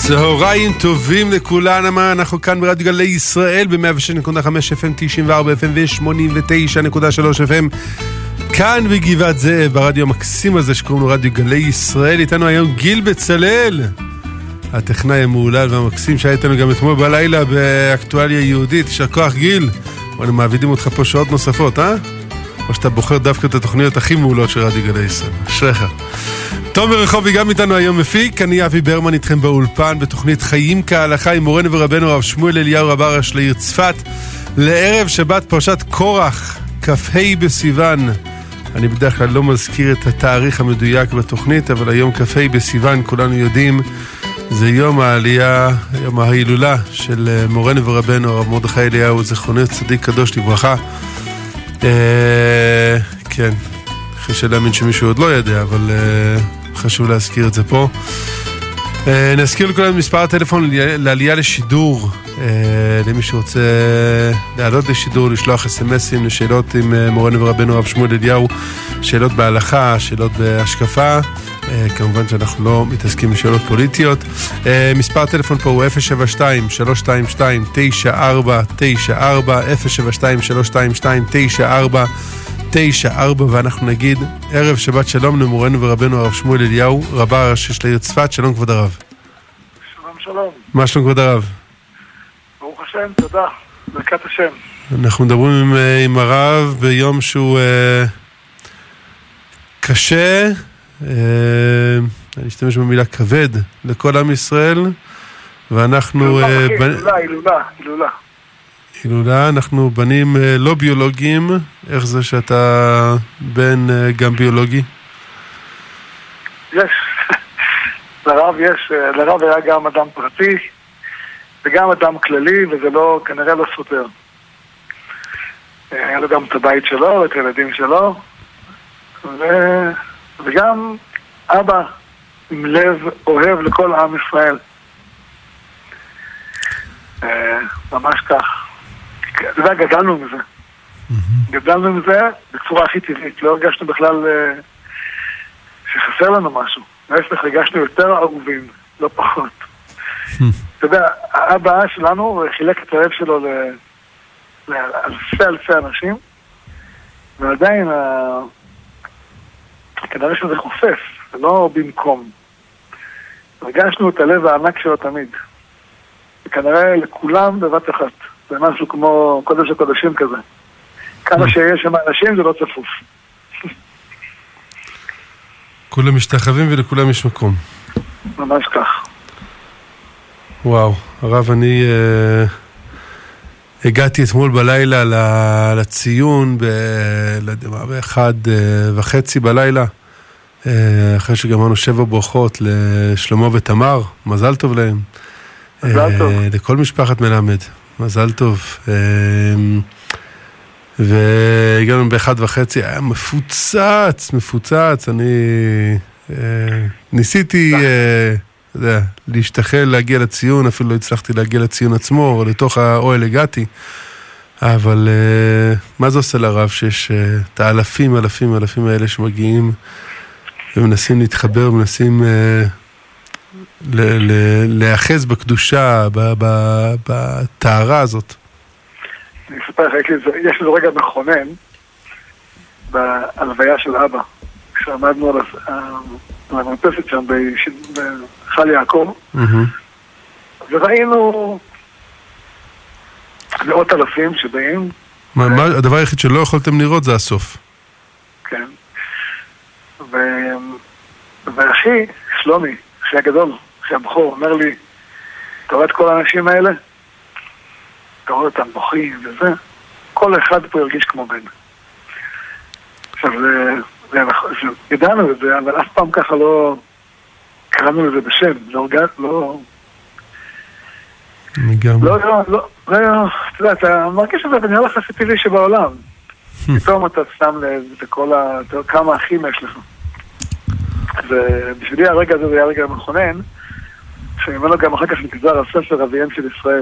צהריים טובים לכולנו, אנחנו כאן ברדיו גלי ישראל ב-106.5 FM, 94 FM ו-89.3 FM כאן בגבעת זאב, ברדיו המקסים הזה שקוראים לו רדיו גלי ישראל. איתנו היום גיל בצלאל, הטכנאי המעולל והמקסים שהיה איתנו גם אתמול בלילה באקטואליה יהודית. יישר כוח גיל, אנחנו מעבידים אותך פה שעות נוספות, או שאתה בוחר דווקא את התוכניות הכי מעולות של רדיו גלי ישראל. אשריך. תומר רחובי גם איתנו היום מפיק, אני אבי ברמן איתכם באולפן בתוכנית חיים כהלכה עם מורנו ורבנו הרב שמואל אליהו רב הראשי לעיר צפת לערב שבת פרשת קורח, כ"ה בסיוון. אני בדרך כלל לא מזכיר את התאריך המדויק בתוכנית, אבל היום כ"ה בסיוון, כולנו יודעים, זה יום העלייה, יום ההילולה של מורנו ורבנו הרב מרדכי אליהו זכרונו צדיק קדוש לברכה. כן, אחרי שלהאמין שמישהו עוד לא יודע, אבל חשוב להזכיר את זה פה. נזכיר לכולם מספר הטלפון לעלייה לשידור, למי שרוצה לעלות לשידור, לשלוח אס-אמסים לשאלות עם מורנו ורבנו הרב שמואל אליהו, שאלות בהלכה, שאלות בהשקפה, כמובן שאנחנו לא מתעסקים בשאלות פוליטיות. מספר הטלפון פה הוא 072-322-9494, 072-322-9494, ואנחנו נגיד ערב שבת שלום למורנו ורבנו הרב שמואל אליהו רב הראשי לעיר צפת. שלום כבוד הרב. שלום שלום. מה שלום כבוד הרב? ברוך השם, תודה, ברכת השם. אנחנו מדברים עם הרב ביום שהוא קשה, אני אשתמש במילה כבד לכל עם ישראל, ואנחנו הילולה, אנחנו בנים לא ביולוגיים. איך זה שאתה בן גם ביולוגי? יש, לרב היה גם אדם פרטי וגם אדם כללי, וזה לא, כנראה לא סותר. היה לו גם את הבית שלו, את הילדים שלו, וגם אבא עם לב אוהב לכל עם ישראל. ממש כך. אתה יודע, גדלנו מזה. גדלנו מזה בצורה הכי טבעית. לא הרגשנו בכלל שחסר לנו משהו. להפך, הרגשנו יותר אהובים, לא פחות. אתה יודע, האבא שלנו חילק את הלב שלו לאלפי אנשים, ועדיין כנראה שזה חופף, זה לא במקום. הרגשנו את הלב הענק שלו תמיד. וכנראה לכולם בבת אחת. זה משהו כמו קודש הקודשים כזה. כמה שיש שם אנשים זה לא צפוף. כולם משתחווים ולכולם יש מקום. ממש כך. וואו, הרב, אני הגעתי אתמול בלילה לציון ב-1:30 בלילה, אחרי שגמרנו 7 ברכות לשלמה ותמר, מזל טוב להם. מזל טוב. לכל משפחת מלמד, מזל טוב. והגענו ב-1:30, היה מפוצץ, אני ניסיתי להשתחל להגיע לציון, אפילו לא הצלחתי להגיע לציון עצמו, או לתוך האוהל הגעתי, אבל מה זה עושה לרב שיש את האלפים האלה שמגיעים ומנסים להתחבר, מנסים להיאחז בקדושה, בתארה הזאת? אני אספר לך, יש איזה רגע מכונן בהלוויה של אבא, כשעמדנו על המרפסת שם בחל יעקב, וראינו מאות אלפים שבאים. הדבר היחיד שלא יכולתם לראות זה הסוף. כן. ואחי, שלומי, אחי הגדול, אחי הבחור, אומר לי, אתה רואה את כל האנשים האלה? אתה רואה אותם בוכים וזה? כל אחד פה ירגיש כמו בן. עכשיו, ידענו את זה, אבל אף פעם ככה לא קראנו לזה בשם. אתה יודע, אתה מרגיש את זה ונראה לך הכי טבעי שבעולם. פתאום אתה שם כמה אחים יש לך. ובשבילי הרגע הזה היה רגע מכונן, שממנו גם אחר כך נגזר הספר אביהם של ישראל.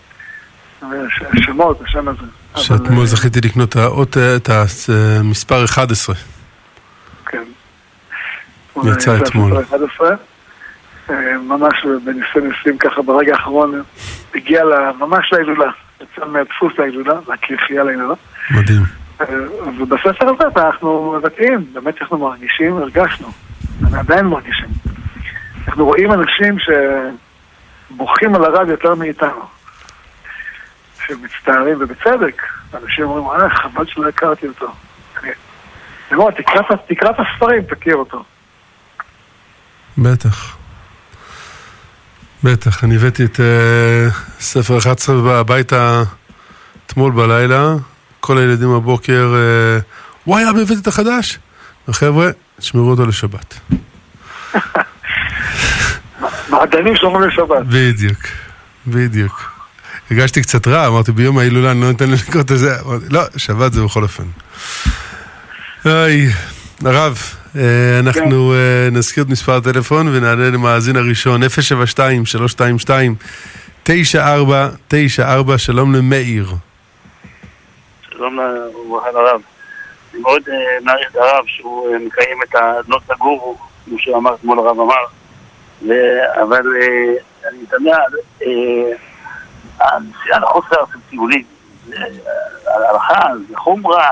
השמות, השם הזה. שאתמול זכיתי לקנות את המספר 11. כן. יצא אתמול. ממש בניסים ככה ברגע האחרון, הגיע ממש להילולה, יצא מהדפוס להילולה, להכריחייה להילולה. מדהים. ובספר הזה אנחנו מבטאים, באמת אנחנו מרגישים, הרגשנו, אנחנו עדיין מרגישים. אנחנו רואים אנשים שבוכים על הרב יותר מאיתנו, שמצטערים ובצדק, אנשים אומרים, חבל שלא הכרתי אותו. תקרא את הספרים, תכיר אותו. בטח. בטח, אני הבאתי את ספר 11 הביתה אתמול בלילה, כל הילדים בבוקר, וואי, אבא הבאתי את החדש? וחבר'ה, תשמרו אותו לשבת. מעדנים שומרים לשבת. בדיוק. הרגשתי קצת רע, אמרתי ביום ההילולה אני לא נותן לי לקרוא את זה, אמרתי, לא, שבת זה בכל אופן. הרב, אנחנו נזכיר את מספר הטלפון ונעלה למאזין הראשון 072-322-9494. שלום למאיר. שלום לרב. אני מאוד מעריך את הרב שהוא מקיים את לא תגורו, כמו שאמר, כמו לרב אמר, אבל אני מתאמר על החוסר הסוציאלי, על ההלכה, זה חומרה,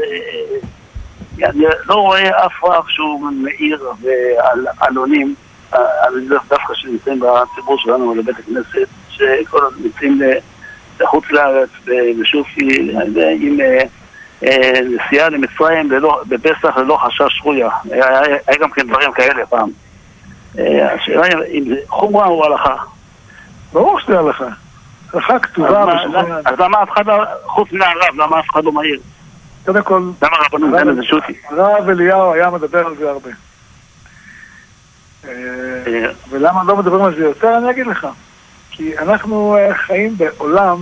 אני לא רואה אף רב שהוא מעיר ועל עלונים, דווקא שנמצאים בציבור שלנו ולבית הכנסת, שכל עוד נמצאים לחוץ לארץ, בשופי, עם נסיעה למצרים בפסח ללא חשש שרויה. היה גם כן דברים כאלה פעם. השאלה אם זה חומרה או הלכה? ברור שזה הלכה. הלכה כתובה. אז למה אף אחד, חוץ מהרב, למה אף אחד לא מעיר? קודם כל, למה רבנו נתן לזה שוטי? הרב אליהו היה מדבר על זה הרבה. ולמה לא מדברים על זה יותר? אני אגיד לך. כי אנחנו חיים בעולם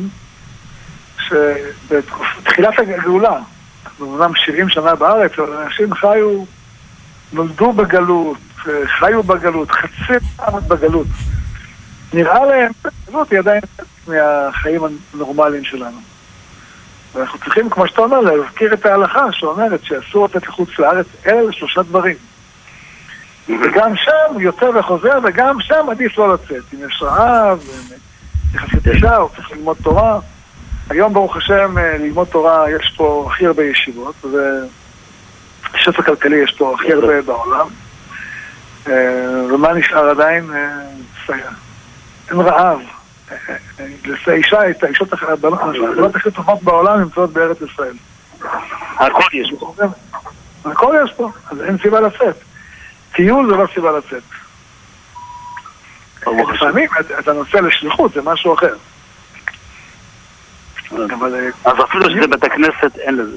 שבתחילת הגאולה, אנחנו אומנם 70 שנה בארץ, אבל אנשים נולדו בגלות, חיו בגלות, חצי פעם בגלות. נראה להם, הגלות היא עדיין מהחיים הנורמליים שלנו. ואנחנו צריכים, כמו שאתה אומר, להזכיר את ההלכה שאומרת שאסור לתת לחוץ לארץ, אלא לשלושה דברים. וגם שם יוצא וחוזר, וגם שם עדיף לא לצאת. אם יש רעב, יחסית אישה, או צריך ללמוד תורה. היום ברוך השם ללמוד תורה יש פה הכי הרבה ישיבות, ושפע כלכלי יש פה הכי הרבה בעולם. ומה נשאר עדיין? אין רעב. את האישות הבנות הכי טובות בעולם נמצאות בארץ ישראל. הכל יש פה. הכל יש פה, אז אין סיבה לצאת. טיול זה לא סיבה לצאת. לפעמים אתה נוסע לשליחות, זה משהו אחר. אז אפילו שזה בית הכנסת, אין לזה.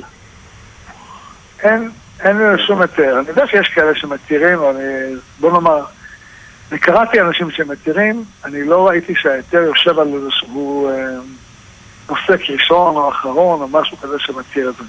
אין שום היתר. אני יודע שיש כאלה שמתירים, בוא נאמר, אני קראתי אנשים שמתירים, אני לא ראיתי שההיתר יושב על איזשהו נושא ראשון או אחרון או משהו כזה שמתיר את זה.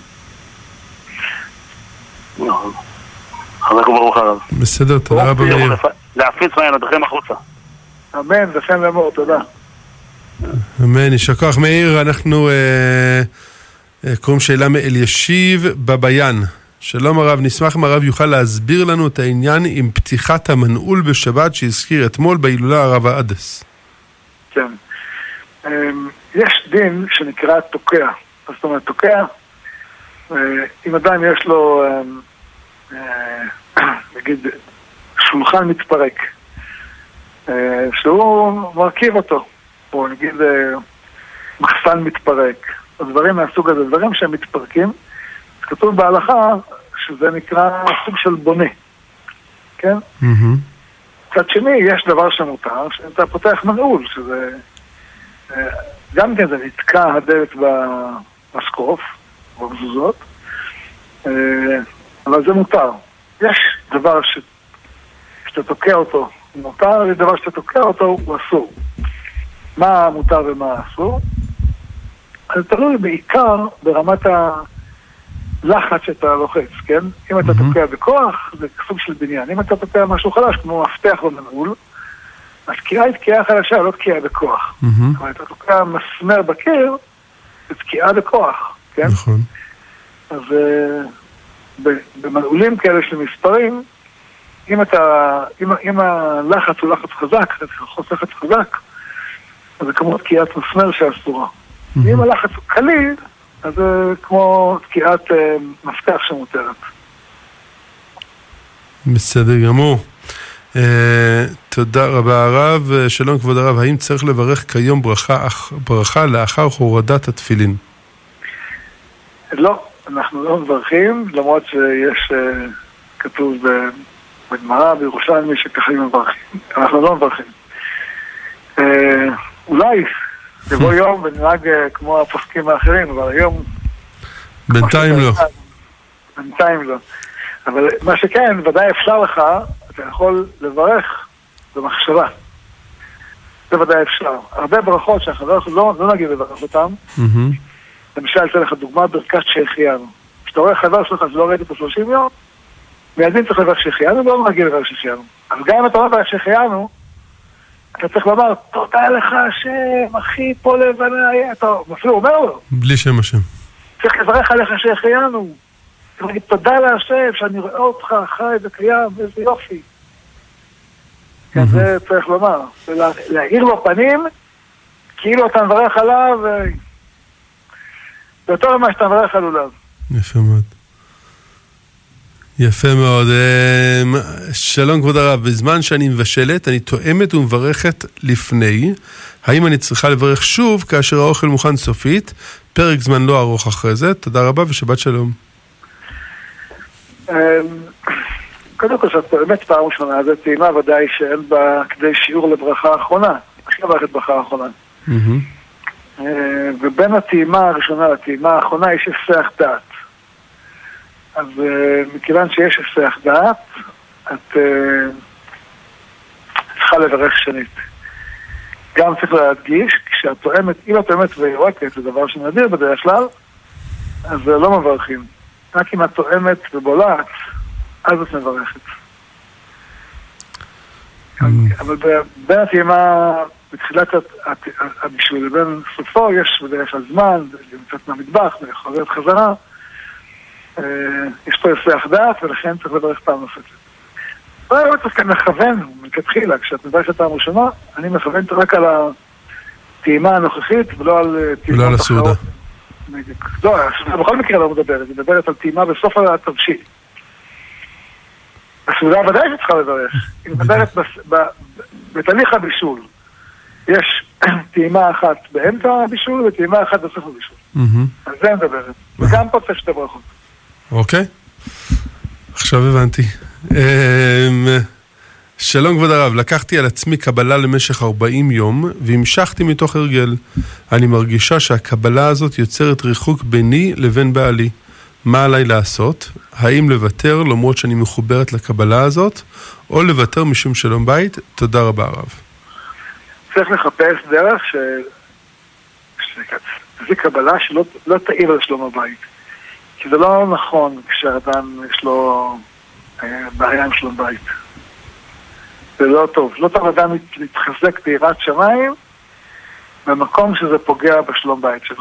חזק וברוך הרב. בסדר, תודה רבה מאיר. להפיץ מהילדכם החוצה. אמן, וכן לאמור, תודה. אמן, יישר כוח מאיר. אנחנו קוראים שאלה מאלישיב בביין. שלום הרב, נשמח אם הרב יוכל להסביר לנו את העניין עם פתיחת המנעול בשבת שהזכיר אתמול בהילולה הרב עדס. כן. יש דין שנקרא תוקע. זאת אומרת, תוקע, אם אדם יש לו, נגיד, שולחן מתפרק, שהוא מרכיב אותו, או נגיד מחסן מתפרק, הדברים מהסוג הזה, דברים שהם מתפרקים, כתוב בהלכה שזה נקרא סוג של בונה, כן? מצד שני, יש דבר שמותר, שאתה פותח מנעול, שזה גם כן זה נתקע הדלת בסקוף, במזוזות, אבל זה מותר. יש דבר שאתה תוקע אותו מותר, יש דבר שאתה תוקע אותו הוא אסור. מה מותר ומה אסור? אז תלוי בעיקר ברמת הלחץ שאתה לוחץ, כן? אם אתה תוקע בכוח, זה סוג של בניין. אם אתה תוקע משהו חלש, כמו מפתח במנעול, אז תקיעה היא תקיעה חלשה, לא תקיעה בכוח. אבל אתה תוקע מסמר בקיר, זה תקיעה בכוח, כן? נכון. אז במנעולים כאלה של מספרים, אם הלחץ הוא לחץ חזק, חוץ לחץ חזק, אז זה כמו תקיעת מסמר שאסורה. אם הלחץ הוא קליל, אז זה כמו תקיעת מפתח שמותרת. בסדר גמור. תודה רבה הרב. שלום כבוד הרב, האם צריך לברך כיום ברכה לאחר הורדת התפילין? לא, אנחנו לא מברכים, למרות שיש כתוב בגמרא בירושלים שככה מברכים. אנחנו לא מברכים. אולי יבוא יום ונראה כמו הפוסקים האחרים, אבל היום בינתיים לא. בינתיים לא. אבל מה שכן, ודאי אפשר לך, אתה יכול לברך במחשבה. זה ודאי אפשר. הרבה ברכות שאנחנו לא נגיד לברך אותם. למשל, אתן לך דוגמה, ברכת שהחיינו. כשאתה רואה חבר שלך שלא ראיתי פה 30 יום, מיידין צריך לברך שהחיינו, לא נגיד לברך שהחיינו. אז גם אם אתה רואה לברך שהחיינו, אתה צריך לומר, תודה לך השם, אחי פה לבנה, אתה אפילו אומר לו. בלי שם השם. צריך לברך עליך שהחיינו. צריך להגיד תודה להשם, שאני רואה אותך חי וקיים, איזה יופי. כן, זה צריך לומר. להאיר לו פנים, כאילו אתה מברך עליו, ויותר ממה שאתה מברך עליו. יפה מאוד. יפה מאוד. שלום כבוד הרב, בזמן שאני מבשלת, אני תואמת ומברכת לפני. האם אני צריכה לברך שוב כאשר האוכל מוכן סופית? פרק זמן לא ארוך אחרי זה. תודה רבה ושבת שלום. קודם כל שאת באמת פעם ראשונה, זו טעימה ודאי שאין בה כדי שיעור לברכה האחרונה. איך לברכת ברכה האחרונה? ובין הטעימה הראשונה לטעימה האחרונה יש הסח דעת. אז מכיוון שיש הסח דעת, את צריכה לברך שנית. גם צריך להדגיש, כשאת תואמת, אם את תואמת ויורקת, זה דבר שנדיר בדרך כלל, אז לא מברכים. רק אם את תואמת ובולעת, אז את מברכת. אבל בין הטעימה, בתחילת הבישול לבין סופו, יש בדרך כלל זמן, למצאת מהמטבח, ולחזרת חזרה. יש פה הסח דעת, ולכן צריך לברך פעם נוספת. לא צריך כאן לכוון, מכתחילה, כשאת מברכת פעם ראשונה, אני מכוונת רק על הטעימה הנוכחית, ולא על טעימות ולא על הסעודה. לא, הסעודה בכל מקרה לא מדברת, היא מדברת על טעימה בסוף התבשיל. הסעודה ודאי שצריכה לברך. היא מדברת בתהליך הבישול. יש טעימה אחת באמצע הבישול וטעימה אחת בסוף הבישול. על זה מדברת. וגם פה צריך שתי ברכות. אוקיי. עכשיו הבנתי. שלום כבוד הרב, לקחתי על עצמי קבלה למשך 40 יום והמשכתי מתוך הרגל. אני מרגישה שהקבלה הזאת יוצרת ריחוק ביני לבין בעלי. מה עליי לעשות? האם לוותר למרות שאני מחוברת לקבלה הזאת, או לוותר משום שלום בית? תודה רבה הרב. צריך לחפש דרך זה קבלה שלא תעיר על שלום הבית. כי זה לא נכון כשאדם יש לו בעיה עם שלום בית. זה לא טוב. לא טוב אדם להתחזק ביראת שמיים במקום שזה פוגע בשלום בית שלו.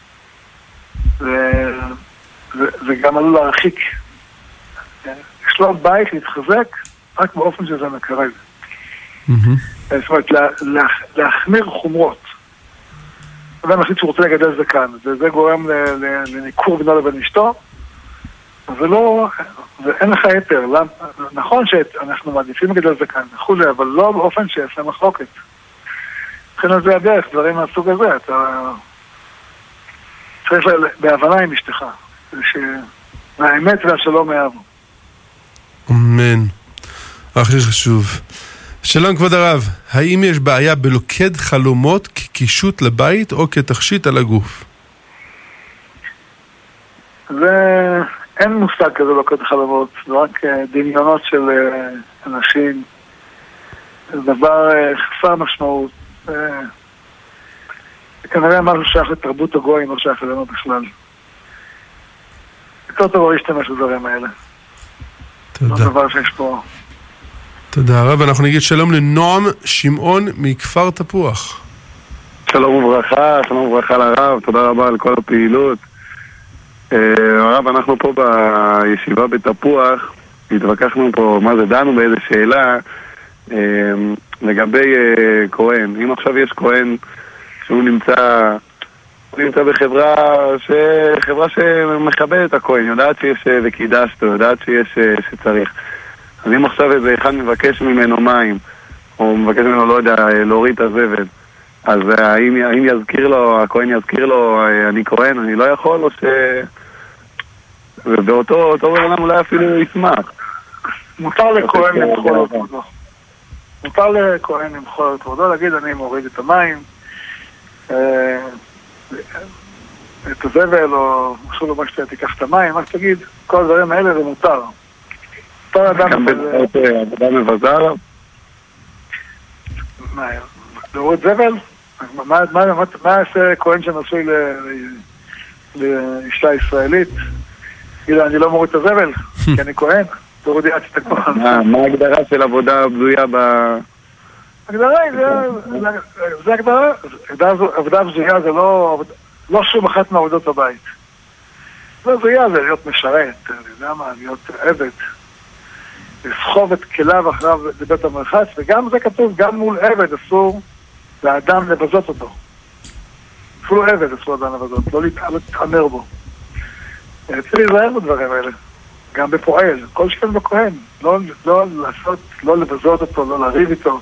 זה גם עלול להרחיק. שלום בית להתחזק רק באופן שזה מקרב. זאת אומרת, להחמיר חומרות. אדם מחליט שהוא רוצה לגדל זקן, וזה גורם לניכור בינו לבין אשתו, ואין לך יתר. נכון שאנחנו מעדיפים לגדל זקן וכולי, אבל לא באופן שיעשה מחלוקת. לכן זה הדרך, דברים מהסוג הזה, אתה צריך בהבנה עם אשתך, והאמת והשלום יאהבו. אמן. הכי חשוב. שלום כבוד הרב, האם יש בעיה בלוכד חלומות כקישוט לבית או כתכשיט על הגוף? אין מושג כזה לוכד חלומות, זה רק דמיונות של אנשים, זה דבר חסר משמעות, זה כנראה משהו שייך לתרבות הגויים, לא שייך אלינו בכלל. יותר טוב להשתמש בדברים האלה. תודה. זה דבר שיש פה. תודה הרב, אנחנו נגיד שלום לנועם שמעון מכפר תפוח. שלום וברכה לרב, תודה רבה על כל הפעילות. הרב, אנחנו פה בישיבה בתפוח, התווכחנו פה, מה זה, דנו באיזה שאלה לגבי כהן. אם עכשיו יש כהן שהוא נמצא בחברה שמכבדת את הכהן, יודעת שיש וקידשתו, יודעת שיש שצריך. אז אם עכשיו איזה אחד מבקש ממנו מים, או מבקש ממנו, לא יודע, להוריד את הזבל, אז האם יזכיר לו, הכהן יזכיר לו, אני כהן, אני לא יכול, או ש... ובאותו עולם אולי אפילו ישמח. מותר לכהן למחול את כבודו. מותר לכהן למחול את כבודו, להגיד אני מוריד את המים, את הזבל, או משהו לא מה שתיקח את המים, מה שתגיד, כל הדברים האלה זה מותר. מותר אדם עבודה מבזה עליו? מה, להוריד זבל? מה יעשה כהן שנשוי לאישה ישראלית? כאילו, אני לא מוריד את הזבל, כי אני כהן, תורידי עד שתקבע. מה ההגדרה של עבודה בזויה ב... הגדרה, זה הגדרה. עבודה בזויה זה לא שום אחת מעבודות הבית. לא בזויה זה להיות משרת, אני יודע מה, להיות עבד. לסחוב את כליו אחריו לבית המרחץ, וגם זה כתוב, גם מול עבד אסור לאדם לבזות אותו. אפילו עבד אסור לאדם לבזות, לא להתעמר בו. צריך להיזהר בדברים האלה, גם בפועל, כל שכן בכהן, לא לעשות, לא לבזות אותו, לא להריב איתו,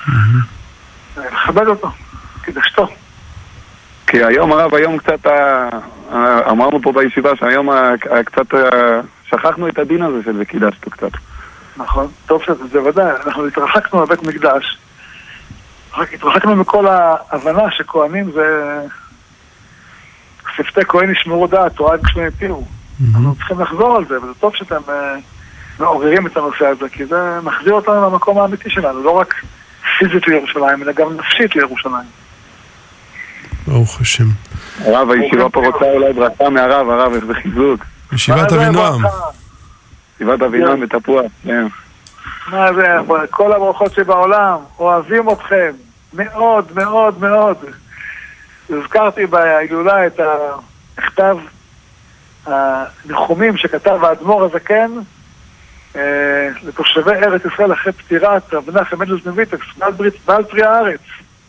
לכבד אותו, כדשתו. כי היום הרב, היום קצת, אמרנו פה בישיבה שהיום קצת שכחנו את הדין הזה של וקידשתו קצת. נכון, טוב שזה ודאי, אנחנו התרחקנו מבית מקדש, התרחקנו מכל ההבנה שכהנים זה... שפתי כהן ישמרו דעת, או עד כשהם יפירו. אנחנו צריכים לחזור על זה, וזה טוב שאתם מעוררים את הנושא הזה, כי זה מחזיר אותנו למקום האמיתי שלנו, לא רק פיזית לירושלים, אלא גם נפשית לירושלים. ברוך השם. הרב, הישיבה פה רוצה אולי ברכה מהרב, הרב, איך זה חיזוק. ישיבת אבינועם. ישיבת אבינועם בתפוח, כן. מה זה, כל הברכות שבעולם, אוהבים אתכם, מאוד מאוד מאוד. הזכרתי בהילולה את הכתב הניחומים שכתב האדמו"ר הזקן לתושבי ארץ ישראל אחרי פטירת רב מנחם מנדל זנביטקס, בעל פרי הארץ,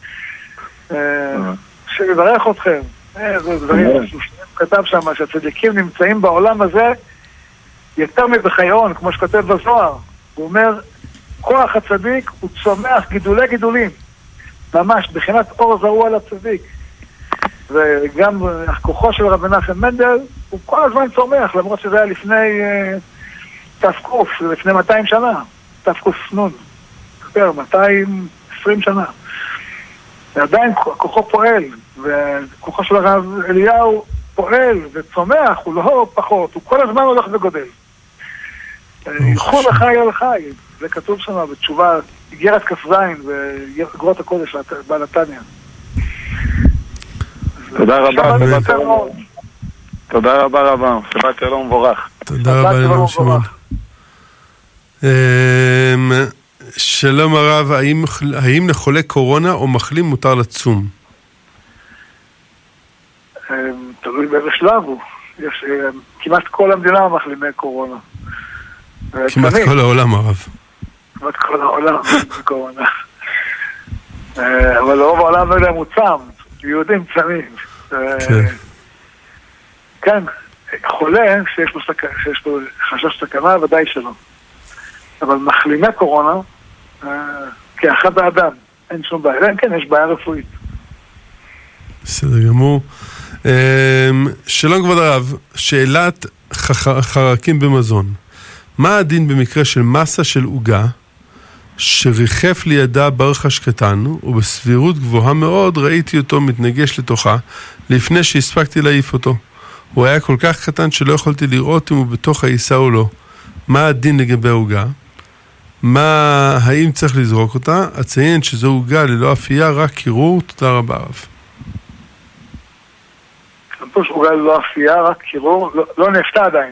שיברך אתכם. זה דברים כתב שם שהצדיקים נמצאים בעולם הזה יותר מבחיון, כמו שכתב בזוהר. הוא אומר, כוח הצדיק הוא צומח גידולי גידולים, ממש בחינת אור זרוע לצדיק. וגם הכוחו של רב מנחם מנדל הוא כל הזמן צומח, למרות שזה היה לפני תפקוף, לפני 200 שנה, תפקוף נון, 220 שנה. ועדיין כוחו פועל, וכוחו של הרב אליהו פועל וצומח, הוא לא פחות, הוא כל הזמן הולך וגודל. ילכו לחי על חי, זה כתוב שם בתשובה, איגרת כ"ז ואגרות הקודש בנתניה. תודה רבה, תודה רבה רבה, שבת שלום מבורך. תודה רבה לנו שמעון. שלום הרב, האם לחולה קורונה או מחלים מותר לצום? תלוי באיזה שלב הוא. יש כמעט כל המדינה מחלימי קורונה. כמעט כל העולם הרב. כמעט כל העולם קורונה. אבל רוב העולם לא יודע מוצם. יהודים צמים. כן, חולה שיש לו חשש סכנה, ודאי שלא. אבל מחלימי קורונה, כאחד האדם, אין שום בעיה. כן, יש בעיה רפואית. בסדר גמור. שלום כבוד הרב, שאלת חרקים במזון. מה הדין במקרה של מסה של עוגה שריחף לידה ברחש קטן, ובסבירות גבוהה מאוד ראיתי אותו מתנגש לתוכה לפני שהספקתי להעיף אותו. הוא היה כל כך קטן שלא יכולתי לראות אם הוא בתוך העיסה או לא. מה הדין לגבי העוגה? האם צריך לזרוק אותה? אציין שזו עוגה ללא אפייה, רק קירור. תודה רבה רב. כתוב שעוגה ללא אפייה, רק קירור, לא נפתה עדיין.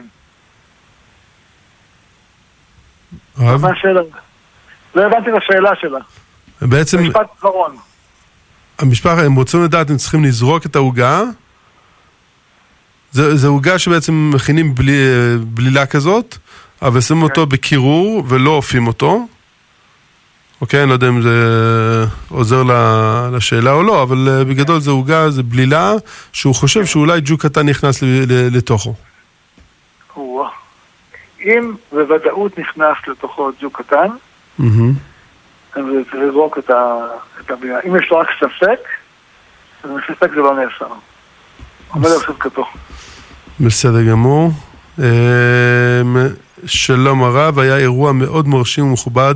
רב? מה השאלה? לא הבנתי את השאלה שלה. בעצם... משפט אחרון. המשפחה, הם רוצים לדעת אם צריכים לזרוק את העוגה? זה עוגה שבעצם מכינים בלילה כזאת, אבל שמים אותו בקירור ולא אופים אותו. אוקיי, אני לא יודע אם זה עוזר לשאלה או לא, אבל בגדול זה עוגה, זה בלילה, שהוא חושב שאולי ג'וק קטן נכנס לתוכו. אם בוודאות נכנס לתוכו ג'וק קטן, אז זה לזרוק את הבלילה. אם יש לו רק ספק, אז מספק זה לא נעשה. עומד על ספקתו. בסדר גמור. שלום הרב, היה אירוע מאוד מרשים ומכובד,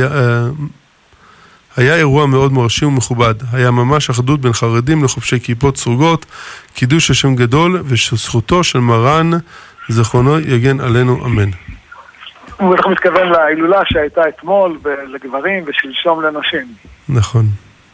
היה ממש אחדות בין חרדים לחובשי כיפות סרוגות, קידוש השם גדול ושזכותו של מרן זכרונו יגן עלינו, אמן. ואנחנו מתכוון להילולה שהייתה אתמול לגברים ושלשום לנשים. נכון.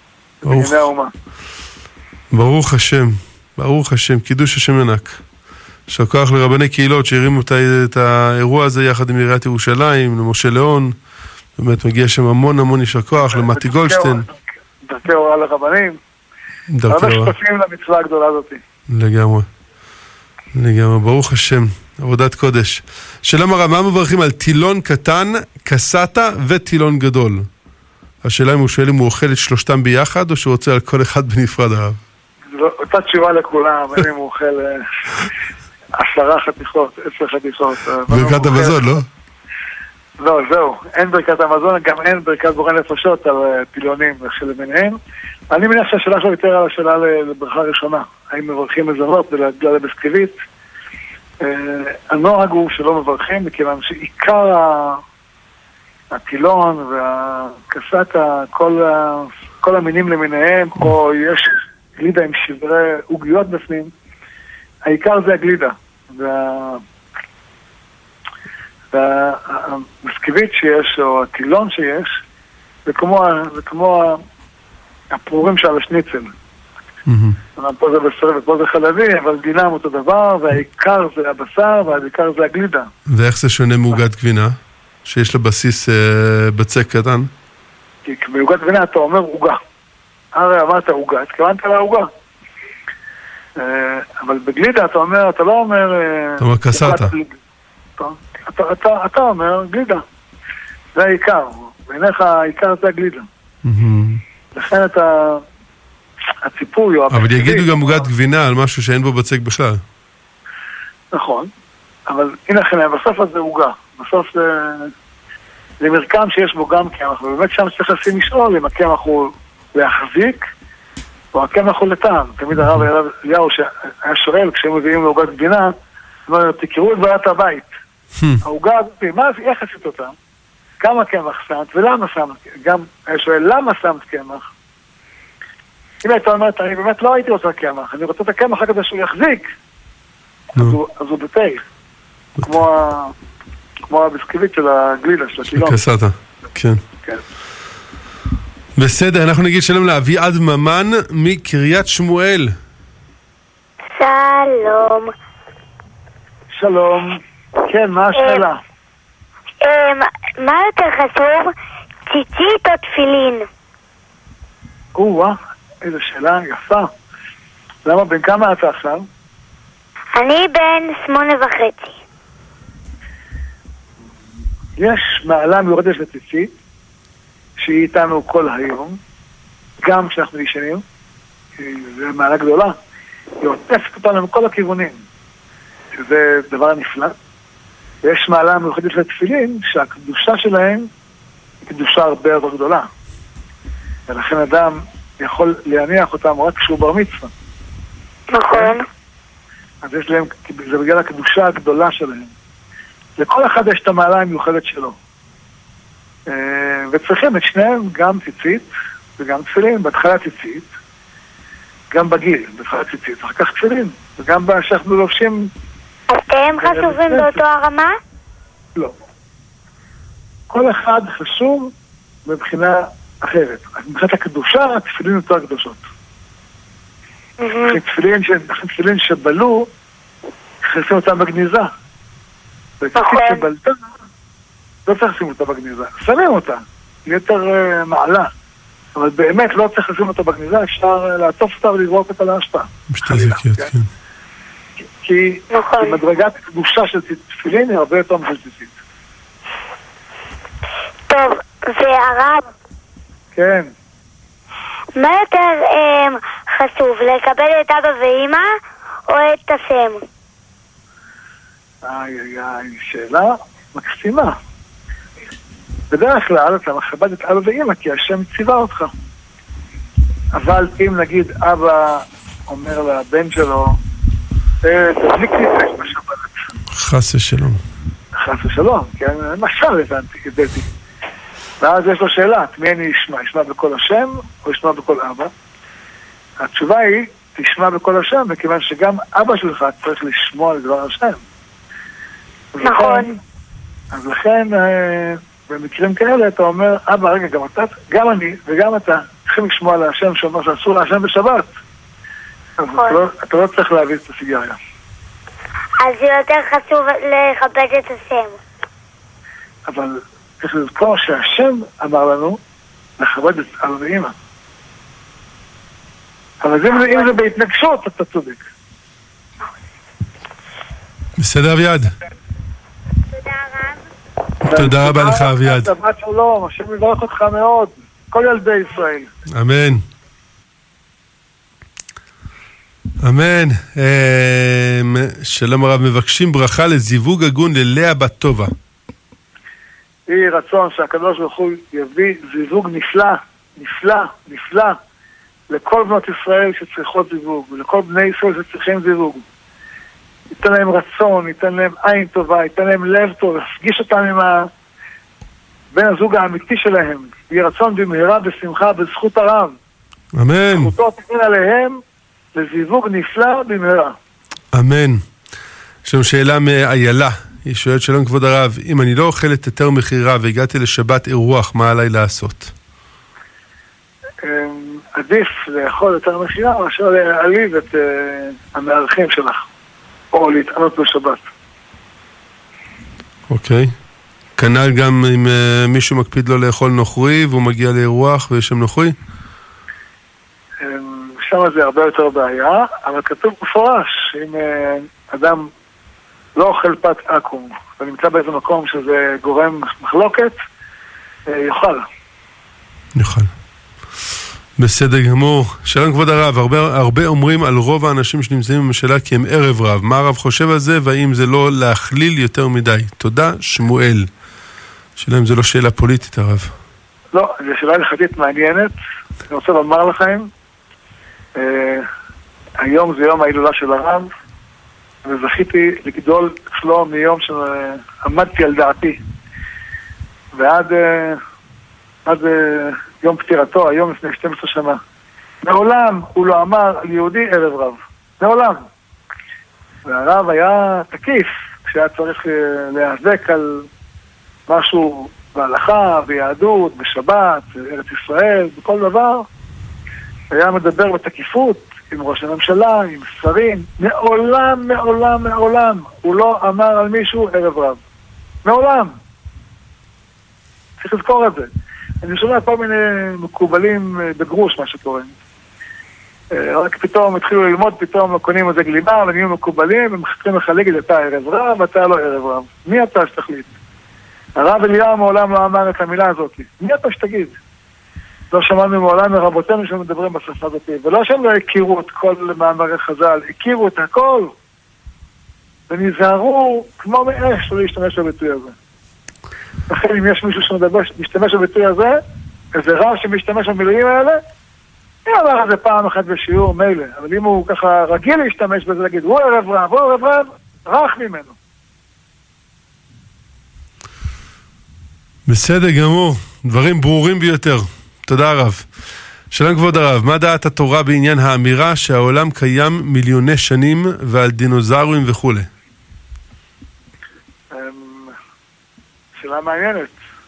ברוך השם, קידוש השם ענק. שכוח לרבני קהילות שהרימו את האירוע הזה יחד עם עיריית ירושלים, למשה ליאון, באמת מגיע שם המון יישר כוח, למתי גולדשטיין. דרכי הוראה לרבנים. הרבה שותפים למצווה הגדולה הזאת. לגמרי, ברוך השם, עבודת קודש. שלום הרב, מה מברכים על טילון קטן, קסטה וטילון גדול? השאלה אם הוא שואל אם הוא אוכל את שלושתם ביחד, או שהוא רוצה על כל אחד בנפרד הרב? אותה תשובה לכולם, אם הוא אוכל 10 חתיכות, 10 חתיכות. ברכת המזון, לא? לא, זהו, אין ברכת המזון, גם אין ברכת בורא נפשות על טילונים שלביניהם. אני מניח שהשאלה שלו יותר על השאלה לברכה ראשונה. האם מברכים מזונות בגלל הבסקוויט? הנוהג הוא שלא מברכים, מכיוון שעיקר הטילון והקסטה, כל המינים למיניהם, או יש גלידה עם שברי עוגיות בפנים, העיקר זה הגלידה. והמסקוויט שיש, או הטילון שיש, זה כמו הפרורים של השניצל. פה זה בשר ופה זה חלבי, אבל דינם אותו דבר, והעיקר זה הבשר, והעיקר זה הגלידה. ואיך זה שונה מעוגת גבינה? שיש לה בסיס בצק קטן? כי בעוגת גבינה אתה אומר עוגה. הרי אמרת עוגה, התכוונת לעוגה. אבל בגלידה אתה לא אומר... אתה אומר קסטה. אתה אומר גלידה. זה העיקר. בעיניך העיקר זה הגלידה. לכן הציפוי או... אבל יגידו גם עוגת גבינה על משהו שאין בו בצק בכלל. נכון. אבל הנה לכן, בסוף הזה עוגה. בסוף זה מרקם שיש בו גם קמח. ובאמת שם צריך לשים לשאול אם הקמח הוא להחזיק או הקמח הוא לטעם. תמיד הרב אליהו שהיה שואל כשהם מביאים לעוגת גבינה, תקראו את בעיית הבית. העוגה הזאת, איך עשית אותה? כמה קמח שמת ולמה שמת? גם היה שואל למה שמת קמח? אם היית אומרת, אני באמת לא הייתי רוצה קמח, אני רוצה את הקמח כדי שהוא יחזיק. אז הוא בטייך. כמו הבסקוויט של הגלידה, של הטילון. קסטה, כן. בסדר, אנחנו נגיד שלום לאביעד ממן מקריית שמואל. שלום. שלום. כן, מה השאלה? מה יותר חשוב, ציצית או תפילין? איזו שאלה יפה. למה, בין כמה אתה עכשיו? אני בן 8.5. יש מעלה מיוחדת לציצית, שהיא איתנו כל היום, גם כשאנחנו ישנים, זו מעלה גדולה, היא עוטפת אותנו מכל הכיוונים, שזה דבר נפלא. ויש מעלה מיוחדת לתפילין, שהקדושה שלהם היא קדושה הרבה יותר גדולה. ולכן אדם יכול להניח אותם רק כשהוא בר מצווה. נכון. אז יש להם, זה בגלל הקדושה הגדולה שלהם. לכל אחד יש את המעלה המיוחדת שלו. וצריכים את שניהם, גם ציצית וגם תפילין. בהתחלה ציצית, גם בגיל, בהתחלה ציצית, אחר כך תפילין. וגם שאנחנו לובשים... אתם חשובים באותו הרמה? לא. כל אחד חשוב מבחינה אחרת. מבחינת הקדושה, התפילין יותר קדושות. תפילין שבלו, חסים אותם בגניזה. וציצית שבלתה, לא צריך לשים אותה בגניזה. שמים אותה, היא יותר מעלה. אבל באמת לא צריך לשים אותה בגניזה, אפשר לעטוף אותה ולזרוק אותה להשפעה. בשתי זיקיות, כן. כי נכון. מדרגת קדושה של תפילין היא הרבה יותר משל ציצית. טוב, והרב, כן. מה יותר חשוב, לקבל את אבא ואמא או את השם? שאלה מקסימה. בדרך כלל אתה מכבד את אבא ואמא כי השם ציווה אותך. אבל אם נגיד אבא אומר לבן שלו, תדליק לי את האש בשבת. חס ושלום. חס ושלום, כן, משל הבנתי. ואז יש לו שאלה, את מי אני אשמע? אשמע בכל השם או אשמע בכל אבא? התשובה היא, תשמע בכל השם, מכיוון שגם אבא שלך צריך לשמוע לדבר השם. נכון. אז לכן, במקרים כאלה אתה אומר, אבא, רגע, גם אני וגם אתה צריכים לשמוע על השם שאומר שאסור להשם בשבת. נכון. אתה לא צריך להביא את הסיגריה. אז זה יותר חשוב לכבד את השם. אבל צריך לזכור שהשם אמר לנו לכבד את אבא ואמא. אבל אם זה בהתנגשות, אתה צודק. בסדר, אביעד. תודה רב. תודה רבה לך, אביעד. שבת שלום, השם יברך אותך מאוד. כל ילדי ישראל. אמן. אמן. שלום הרב, מבקשים ברכה לזיווג הגון ללאה בת טובה. יהי רצון שהקדוש ברוך הוא יביא זיווג נפלא לכל בנות ישראל שצריכות זיווג, ולכל בני ישראל שצריכים זיווג. ייתן להם רצון, ייתן להם עין טובה, ייתן להם לב טוב, יפגיש אותם עם בן הזוג האמיתי שלהם. יהי רצון במהרה, בשמחה, בזכות הרב. אמן. זכותו תיתן עליהם לזיווג נפלא במהרה. אמן. יש לנו שאלה מאיילה. היא שואלת, שלום כבוד הרב, אם אני לא אוכלת יותר מחירה והגעתי לשבת אירוח, מה עליי לעשות? עדיף לאכול יותר מחירה מאשר להעליב את המארחים שלך, או להתענות בשבת. אוקיי. כנ"ל גם אם מישהו מקפיד לו לאכול נוכרי והוא מגיע לאירוח ויש שם נוכרי? שם זה הרבה יותר בעיה, אבל כתוב מפורש שאם אדם לא אוכל פת עקום ונמצא באיזה מקום שזה גורם מחלוקת, יאכל. בסדר גמור. שלום כבוד הרב, הרבה אומרים על רוב האנשים שנמצאים בממשלה כי הם ערב רב. מה הרב חושב על זה, והאם זה לא להכליל יותר מדי? תודה, שמואל. שאלה אם זה לא שאלה פוליטית, הרב. לא, זו שאלה הלכתית מעניינת. אני רוצה לומר לכם, היום זה יום ההילולה של הרב, וזכיתי לגדול אצלו מיום שעמדתי על דעתי. ועד יום פטירתו, היום לפני 12 שנה. מעולם הוא לא אמר על יהודי ערב רב. מעולם. והרב היה תקיף, כשהיה צריך להיאבק על משהו בהלכה, ביהדות, בשבת, בארץ ישראל, בכל דבר. היה מדבר בתקיפות עם ראש הממשלה, עם שרים. מעולם הוא לא אמר על מישהו ערב רב. מעולם. צריך לזכור את זה. אני שומע כל מיני מקובלים בגרוש, מה שקוראים. רק פתאום התחילו ללמוד, פתאום קונים איזה גלימה, ונהיו מקובלים, ומחכים לך להגיד, אתה ערב רב, ואתה לא ערב רב. מי אתה שתחליט? הרב אליהו מעולם לא אמר את המילה הזאת. מי אתה שתגיד? לא שמענו מעולם מרבותינו שמדברים בשפה הזאת. ולא שהם לא הכירו את כל מאמרי חז"ל, הכירו את הכל, ונזהרו כמו מאש לא להשתמש בביטוי הזה. לכן אם יש מישהו שמשתמש בביטוי הזה, איזה רב שמשתמש במילים האלה, אני אומר את זה פעם אחת בשיעור מילא, אבל אם הוא ככה רגיל להשתמש בזה, להגיד, הוא ערב רב, רח ממנו. בסדר גמור, דברים ברורים ביותר. תודה רב. שלום כבוד הרב, מה דעת התורה בעניין האמירה שהעולם קיים מיליוני שנים ועל דינוזאורים וכו'? שאלה מעניינת.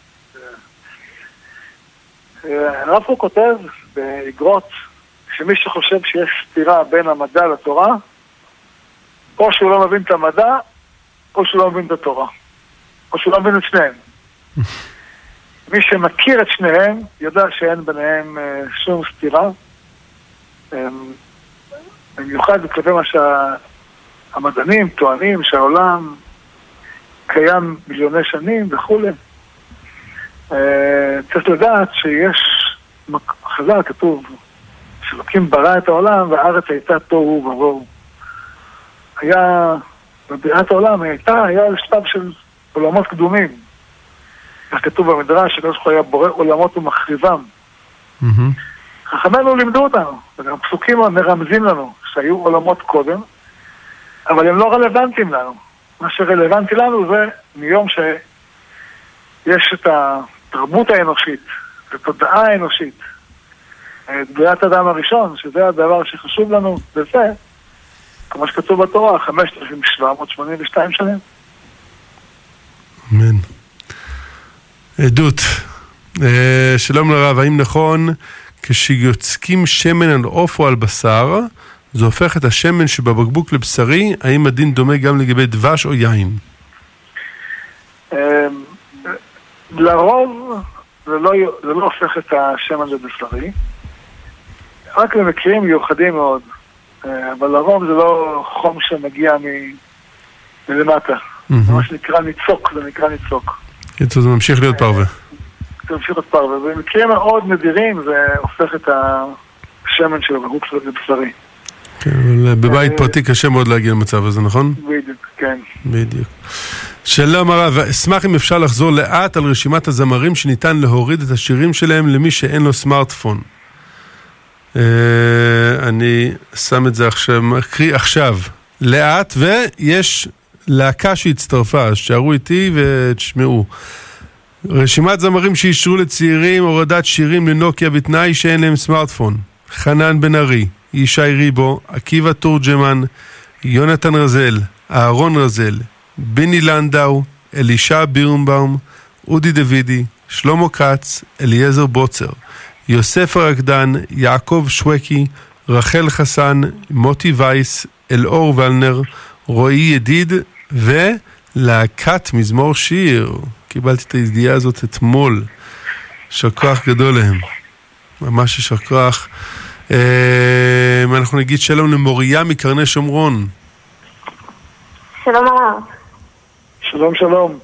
הרב הוא כותב באגרות שמי שחושב שיש סתירה בין המדע לתורה, או שהוא לא מבין את המדע, או שהוא לא מבין את התורה. או שהוא לא מבין את שניהם. מי שמכיר את שניהם, יודע שאין ביניהם שום סתירה. במיוחד כלפי מה המדענים טוענים שהעולם קיים מיליוני שנים וכו'. צריך לדעת שיש חז"ל כתוב שאלוקים ברא את העולם והארץ הייתה תוהו ובוהו. היה, בבריאת העולם היה שלב של עולמות קדומים. כך כתוב במדרש שקדוש ברוך הוא היה בורא עולמות ומחריבם. חכמינו לימדו אותנו, וגם פסוקים מרמזים לנו שהיו עולמות קודם, אבל הם לא רלוונטיים לנו. מה שרלוונטי לנו זה מיום שיש את התרבות האנושית, את התודעה האנושית, את בריאת האדם הראשון, שזה הדבר שחשוב לנו, וזה, כמו שכתוב בתורה, 5,782 שנים. אמן. עדות. שלום לרב, האם נכון כשיוצקים שמן על עוף או על בשר, זה הופך את השמן שבבקבוק לבשרי? האם הדין דומה גם לגבי דבש או יין? לרוב זה לא הופך את השמן לבשרי, רק למקרים מיוחדים מאוד, אבל לרוב זה לא חום שמגיע מלמטה. זה מה שנקרא ניצוק, זה נקרא ניצוק. זה ממשיך להיות פרווה. זה ממשיך להיות פרווה, ובמקרים מאוד נדירים זה הופך את השמן של הבקבוק לבשרי. כן, אבל בבית פרטי קשה מאוד להגיע למצב הזה, נכון? בדיוק, כן. בדיוק. שלום הרב, אשמח אם אפשר לחזור לאט על רשימת הזמרים שניתן להוריד את השירים שלהם למי שאין לו סמארטפון. אני שם את זה עכשיו, מקריא עכשיו, לאט, ויש להקה שהצטרפה, אז שערו איתי ותשמעו. רשימת זמרים שאישרו לצעירים הורדת שירים לנוקיה בתנאי שאין להם סמארטפון. חנן בן ארי, ישי ריבו, עקיבא תורג'מן, יונתן רזל, אהרון רזל, בני לנדאו, אלישע בירנבאום, אודי דוידי, שלמה כץ, אליעזר בוצר, יוסף הרקדן, יעקב שווקי, רחל חסן, מוטי וייס, אלאור ולנר, רועי ידיד ולהקת מזמור שיר. קיבלתי את הידיעה הזאת אתמול. יישר כוח גדול להם. ממש יישר כוח. אנחנו נגיד שלום למוריה מקרני שומרון. שלום הרב. שלום שלום.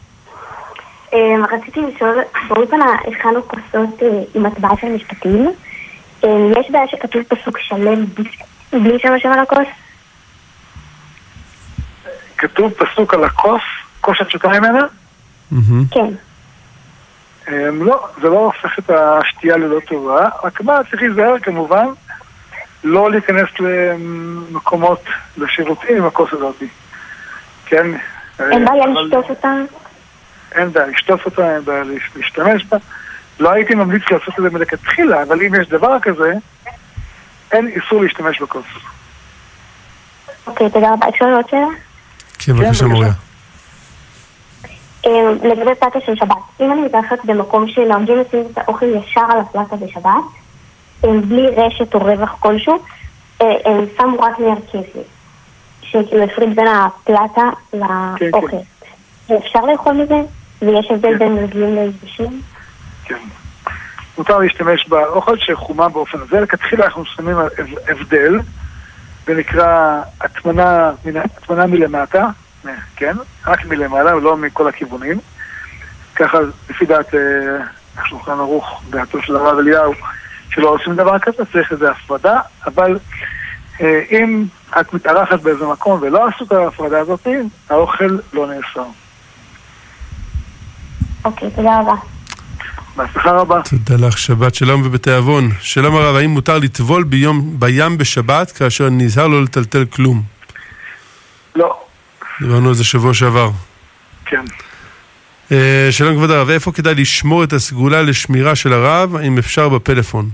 רציתי לשאול, באולפנה הכנו כוסות עם הטבעה של משפטים. יש בעיה שכתוב פסוק שלם בלי שם השם על הכוס? כתוב פסוק על הכוס? כוס את שותה ממנה? כן. לא, זה לא הופך את השתייה ללא טובה, רק מה, צריך להיזהר כמובן לא להיכנס למקומות, לשירותים עם הכוס הזאת. כן? אין בעיה לשטוף אותה? אין בעיה לשטוף אותה, אין בעיה להשתמש בה. לא הייתי ממליץ לעשות את זה מלכתחילה, אבל אם יש דבר כזה, אין איסור להשתמש בכוס. אוקיי, תודה רבה. אפשר לראות שאלה? כן, בבקשה מוריה. לגבי פלטה של שבת, אם אני מתארחת במקום שנוהגים לשים את האוכל ישר על הפלטה בשבת, בלי רשת או רווח כלשהו, הם שמו רק נייר כסף, שכאילו הפריד בין הפלטה לאוכל. אפשר לאכול מזה? ויש הבדל בין רגלים ליבשים? כן. מותר להשתמש באוכל שחומה באופן הזה, לכתחילה אנחנו שמים הבדל, זה נקרא הטמנה מלמטה, כן? רק מלמעלה ולא מכל הכיוונים. ככה לפי דעת השולחן ערוך, דעתו של הרב אליהו, שלא עושים דבר כזה, צריך איזו הפרדה, אבל אם את מתארחת באיזה מקום ולא עשו את ההפרדה הזאת, האוכל לא נאסר. אוקיי, תודה רבה. בהצלחה רבה. תודה לך, שבת שלום ובתיאבון. שלום הרב, האם מותר לטבול בים בשבת כאשר נזהר לא לטלטל כלום? לא. דיברנו על זה שבוע שעבר. כן. שלום כבוד הרב, איפה כדאי לשמור את הסגולה לשמירה של הרב, אם אפשר בפלאפון?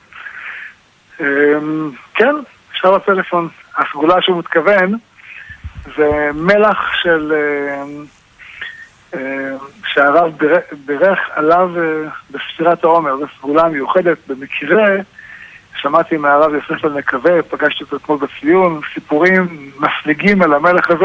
כן, אפשר בפלאפון. הסגולה שהוא מתכוון זה מלח של שהרב בירך עליו בספירת העומר. זו סגולה מיוחדת. במקרה שמעתי מהרב יוסף הנקווה, פגשתי אותו אתמול בציון, סיפורים מפליגים על המלח הזה,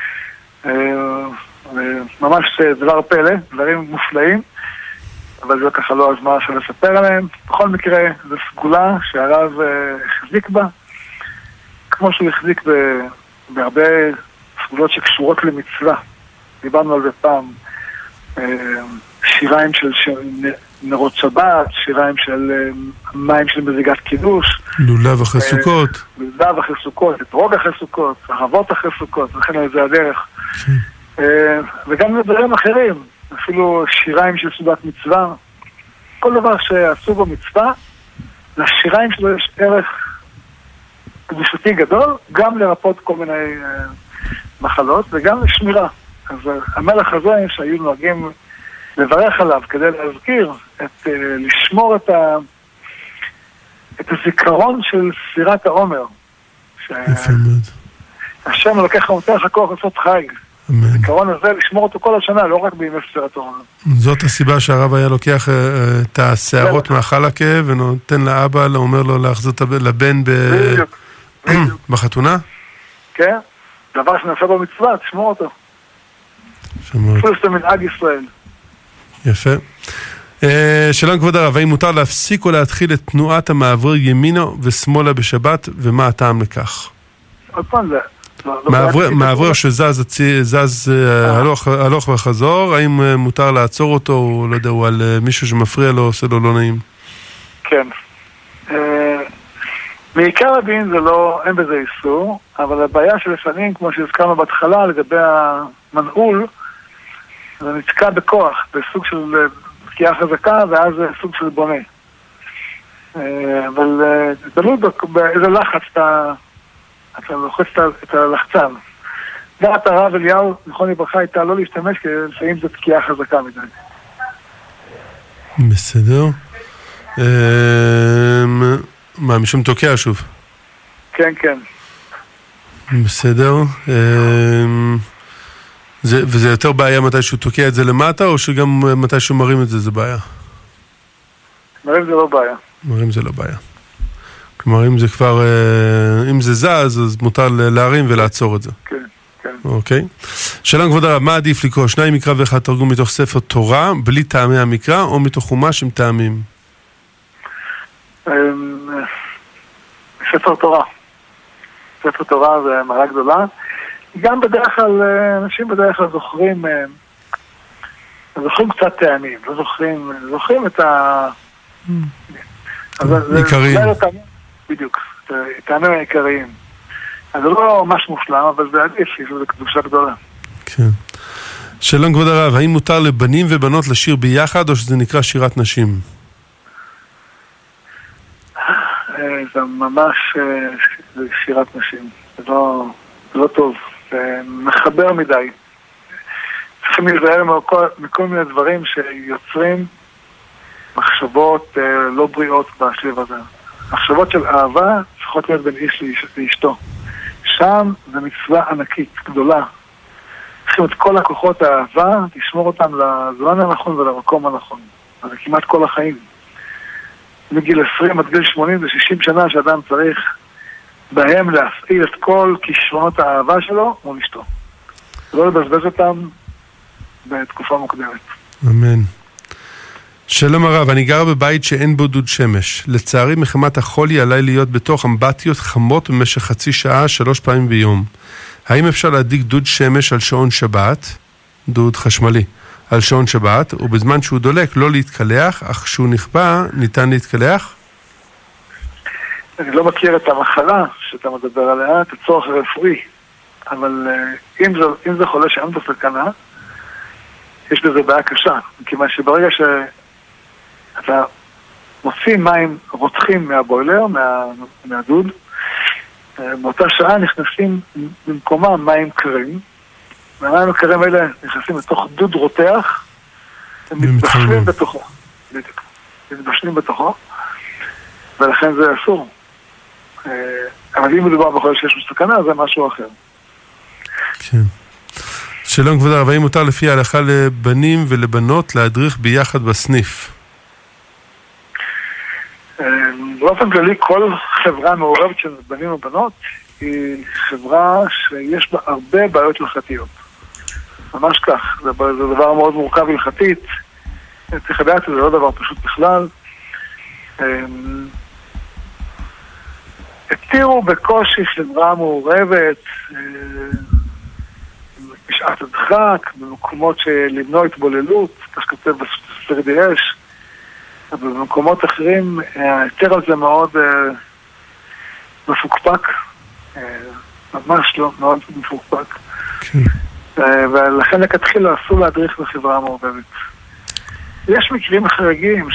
ממש דבר פלא, דברים מופלאים, אבל זה ככה לא הזמן של לספר עליהם. בכל מקרה, זו סגולה שהרב החזיק בה, כמו שהוא החזיק בהרבה סגולות שקשורות למצווה. דיברנו על זה פעם, שיריים של נרות שבת, שיריים של מים של מזיגת קידוש. לולב אחרי סוכות. לולב אחרי סוכות, אתרוג אחרי סוכות, אהבות אחרי סוכות, וכן זה הדרך. וגם לדברים אחרים, אפילו שיריים של סעודת מצווה. כל דבר שעשו בו מצווה, לשיריים שלו יש ערך קדושתי גדול, גם לרפות כל מיני מחלות וגם לשמירה. אז המלך הזה שהיו נוהגים לברך עליו כדי להזכיר, לשמור את הזיכרון של ספירת העומר. יפה מאוד. השם לוקח נותן לך כוח לעשות חג. הזיכרון הזה, לשמור אותו כל השנה, לא רק בימי ספירת העומר. זאת הסיבה שהרב היה לוקח את השערות מהחלקה ונותן לאבא, אומר לו להחזיר לבן בחתונה? כן, דבר שנעשה במצווה, תשמור אותו. אפילו שאתה מנהג ישראל. יפה. שלום כבוד הרב, האם מותר להפסיק או להתחיל את תנועת המעבר ימינה ושמאלה בשבת, ומה הטעם לכך? עוד פעם זה. מעבר שזז הלוך וחזור, האם מותר לעצור אותו, או לא יודע, הוא על מישהו שמפריע לו, עושה לו לא נעים? כן. מעיקר הדין זה לא, אין בזה איסור, אבל הבעיה שלפעמים, כמו שהזכרנו בהתחלה, לגבי המנעול, זה נתקע בכוח, בסוג של תקיעה חזקה, ואז זה סוג של בונה. אבל תלוי באיזה לחץ אתה לוחץ את הלחצן. דעת הרב אליהו, נכון לברכה, הייתה לא להשתמש, כי לפעמים זה תקיעה חזקה מדי. בסדר. מה, משום תוקע שוב? כן, כן. בסדר. וזה יותר בעיה מתי שהוא תוקע את זה למטה, או שגם מתי שהוא מרים את זה, זה בעיה? מרים זה לא בעיה. מרים זה לא בעיה. כלומר, אם זה כבר, אם זה זז, אז מותר להרים ולעצור את זה. כן, כן. אוקיי. שלום כבוד הרב, מה עדיף לקרוא? 2 מקרא ואחד תרגום מתוך ספר תורה, בלי טעמי המקרא, או מתוך חומש עם טעמים? ספר תורה. ספר תורה זה מעלה גדולה. גם בדרך כלל, אנשים בדרך כלל זוכרים קצת טעמים, לא זוכרים את עיקריים. בדיוק, טעמים העיקריים. אז זה לא ממש מושלם, אבל זה עדיף, זה קדושה גדולה. כן. שלום כבוד הרב, האם מותר לבנים ובנות לשיר ביחד, או שזה נקרא שירת נשים? זה ממש שירת נשים. זה לא טוב. זה מחבר מדי. צריכים להיזהר מכל מיני דברים שיוצרים מחשבות לא בריאות בשלב הזה. מחשבות של אהבה צריכות להיות בין איש לאשתו. שם זה מצווה ענקית, גדולה. צריכים את כל הכוחות האהבה, לשמור אותם לזמן הנכון ולמקום הנכון. זה כמעט כל החיים. מגיל 20 עד גיל 80 ו-60 שנה שאדם צריך בהם להפעיל את כל כישרונות האהבה שלו מול אשתו. לא לבזבז אותם בתקופה מוקדמת. אמן. שלום הרב, אני גר בבית שאין בו דוד שמש. לצערי מחמת החולי עליי להיות בתוך אמבטיות חמות במשך חצי שעה 3 פעמים ביום. האם אפשר להדליק דוד שמש על שעון שבת, דוד חשמלי, על שעון שבת, ובזמן שהוא דולק לא להתקלח, אך כשהוא נכבה ניתן להתקלח? אני לא מכיר את המחלה שאתה מדבר עליה, את הצורך הרפואי, אבל אם זה חולה שאין בסכנה, יש בזה בעיה קשה, מכיוון שברגע שאתה מוציא מים רותחים מהבוילר, מהדוד, באותה שעה נכנסים במקומם מים קרים, והמים הקרים האלה נכנסים לתוך דוד רותח, הם מתבשלים בתוכו, ולכן זה אסור. אבל אם מדובר בחולה שיש בסכנה, זה משהו אחר. כן. שלום כבוד הרב, האם מותר לפי ההלכה לבנים ולבנות להדריך ביחד בסניף? באופן כללי, כל חברה מעורבת של בנים ובנות היא חברה שיש בה הרבה בעיות הלכתיות. ממש כך, זה דבר מאוד מורכב הלכתית. צריך לדעת, זה לא דבר פשוט בכלל. התירו בקושי חברה מעורבת, בשעת הדחק, במקומות שלמנוע התבוללות, כך כותב בספרדי אש, אבל במקומות אחרים היתר על זה מאוד מפוקפק, ממש לא, מאוד מפוקפק. ולכן לכתחילה אסור להדריך בחברה המעורבת. יש מקרים חריגים